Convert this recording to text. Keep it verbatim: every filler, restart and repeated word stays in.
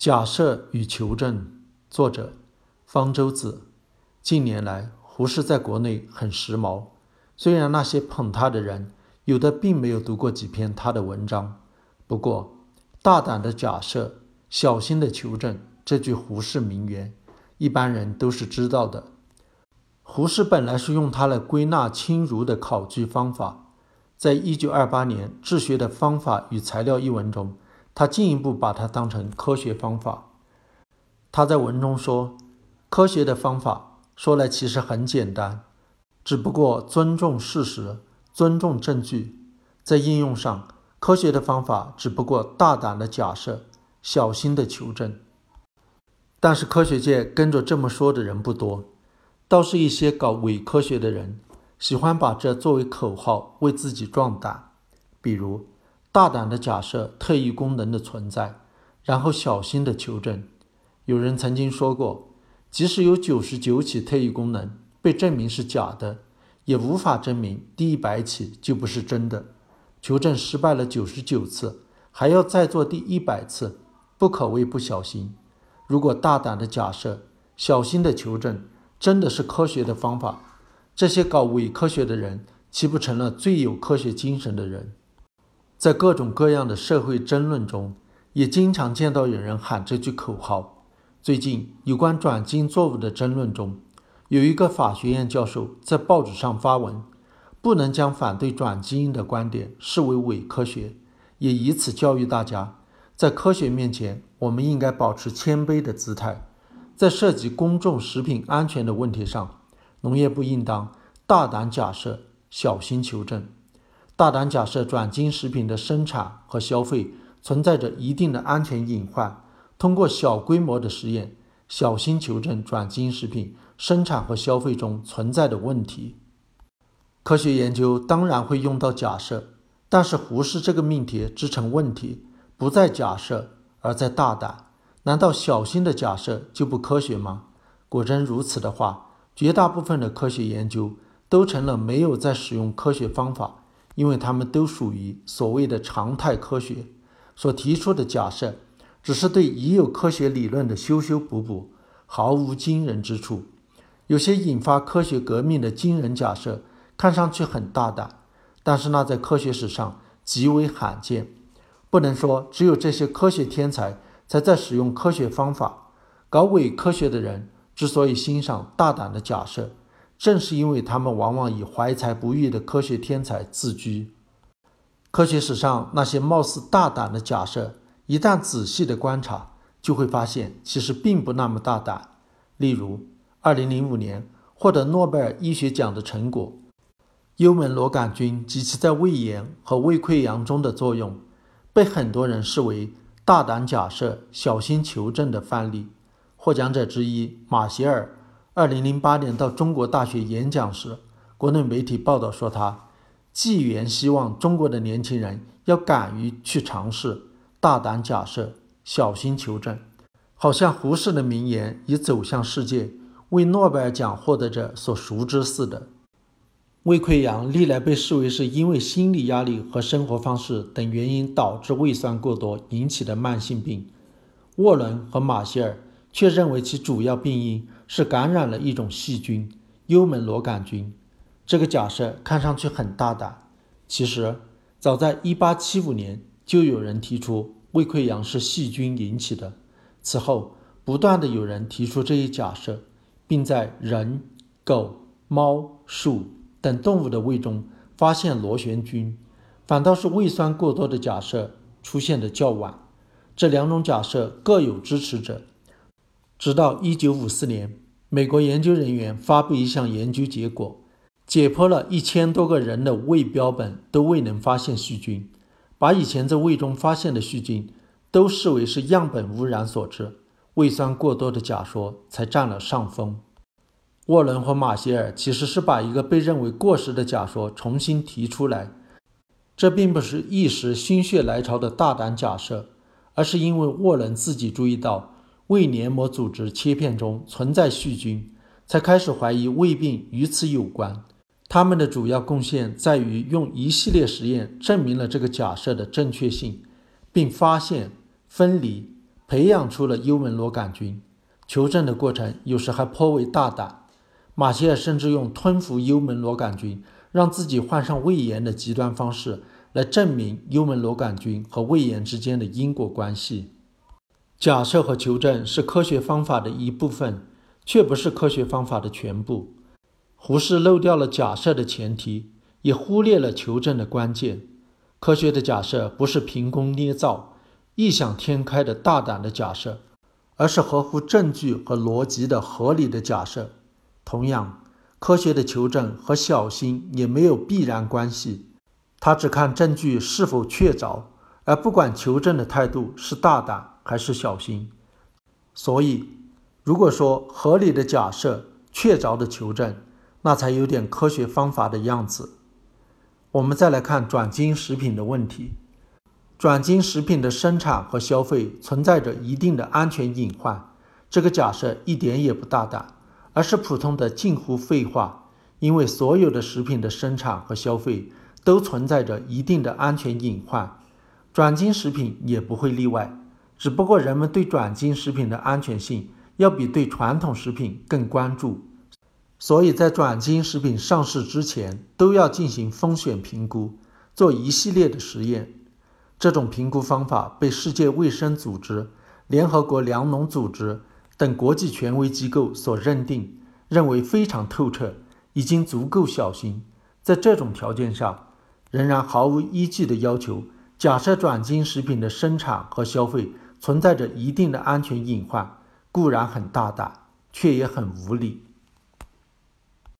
假设与求证，作者方舟子。近年来，胡适在国内很时髦，虽然那些捧他的人有的并没有读过几篇他的文章，不过大胆的假设，小心的求证，这句胡适名言一般人都是知道的。胡适本来是用它来归纳清儒的考据方法，在一九二八年《治学的方法与材料》一文中，他进一步把它当成科学方法。他在文中说，科学的方法说来其实很简单，只不过尊重事实，尊重证据。在应用上，科学的方法只不过大胆的假设，小心的求证。但是科学界跟着这么说的人不多，倒是一些搞伪科学的人喜欢把这作为口号为自己壮胆，比如大胆的假设特异功能的存在，然后小心的求证。有人曾经说过，即使有九十九起特异功能被证明是假的，也无法证明第一百起就不是真的。求证失败了九十九次，还要再做第一百次，不可谓不小心。如果大胆的假设，小心的求证真的是科学的方法，这些搞伪科学的人岂不成了最有科学精神的人？在各种各样的社会争论中，也经常见到有人喊这句口号。最近有关转基因作物的争论中，有一个法学院教授在报纸上发文，不能将反对转基因的观点视为伪科学，也以此教育大家，在科学面前，我们应该保持谦卑的姿态。在涉及公众食品安全的问题上，农业部应当大胆假设，小心求证。大胆假设转基因食品的生产和消费存在着一定的安全隐患，通过小规模的实验，小心求证转基因食品生产和消费中存在的问题。科学研究当然会用到假设，但是胡适这个命题只成问题，不在假设，而在大胆。难道小心的假设就不科学吗？果真如此的话，绝大部分的科学研究都成了没有在使用科学方法，因为它们都属于所谓的常态科学。所提出的假设只是对已有科学理论的修修补补，毫无惊人之处。有些引发科学革命的惊人假设看上去很大胆，但是那在科学史上极为罕见。不能说只有这些科学天才才在使用科学方法，搞伪科学的人之所以欣赏大胆的假设，正是因为他们往往以怀才不遇的科学天才自居。科学史上那些貌似大胆的假设，一旦仔细的观察，就会发现其实并不那么大胆。例如二零零五年获得诺贝尔医学奖的成果，幽门螺杆菌及其在胃炎和胃溃疡中的作用，被很多人视为大胆假设，小心求证的范例。获奖者之一马歇尔二零零八年到中国大学演讲时，国内媒体报道说他寄言希望中国的年轻人要敢于去尝试，大胆假设，小心求证。好像胡适的名言已走向世界，为诺贝尔奖获得者所熟知似的。胃溃疡历来被视为是因为心理压力和生活方式等原因导致胃酸过多引起的慢性病。沃伦和马歇尔却认为其主要病因是感染了一种细菌——幽门螺杆菌。这个假设看上去很大胆，其实早在一八七五年就有人提出胃溃疡是细菌引起的。此后不断的有人提出这一假设，并在人、狗、猫、鼠等动物的胃中发现螺旋菌，反倒是胃酸过多的假设出现的较晚。这两种假设各有支持者，直到一九五四年，美国研究人员发布一项研究结果，解剖了一千多个人的胃标本，都未能发现细菌，把以前在胃中发现的细菌都视为是样本污染所致，胃酸过多的假说才占了上风。沃伦和马歇尔其实是把一个被认为过时的假说重新提出来，这并不是一时心血来潮的大胆假设，而是因为沃伦自己注意到胃黏膜组织切片中存在细菌，才开始怀疑胃病与此有关。他们的主要贡献在于用一系列实验证明了这个假设的正确性，并发现、分离、 培养出了幽门螺杆菌。求证的过程有时还颇为大胆，马歇尔甚至用吞服幽门螺杆菌让自己患上胃炎的极端方式来证明幽门螺杆菌和胃炎之间的因果关系。假设和求证是科学方法的一部分，却不是科学方法的全部。胡适漏掉了假设的前提，也忽略了求证的关键。科学的假设不是凭空捏造、异想天开的大胆的假设，而是合乎证据和逻辑的合理的假设。同样，科学的求证和小心也没有必然关系，它只看证据是否确凿，而不管求证的态度是大胆还是小心。所以，如果说合理的假设、确凿的求证，那才有点科学方法的样子。我们再来看转基因食品的问题。转基因食品的生产和消费存在着一定的安全隐患，这个假设一点也不大胆，而是普通的近乎废话，因为所有的食品的生产和消费都存在着一定的安全隐患，转基因食品也不会例外，只不过人们对转基因食品的安全性要比对传统食品更关注，所以在转基因食品上市之前都要进行风险评估，做一系列的实验。这种评估方法被世界卫生组织、联合国粮农组织等国际权威机构所认定，认为非常透彻，已经足够小心。在这种条件下，仍然毫无依据的要求假设转基因食品的生产和消费存在着一定的安全隐患，固然很大胆，却也很无理。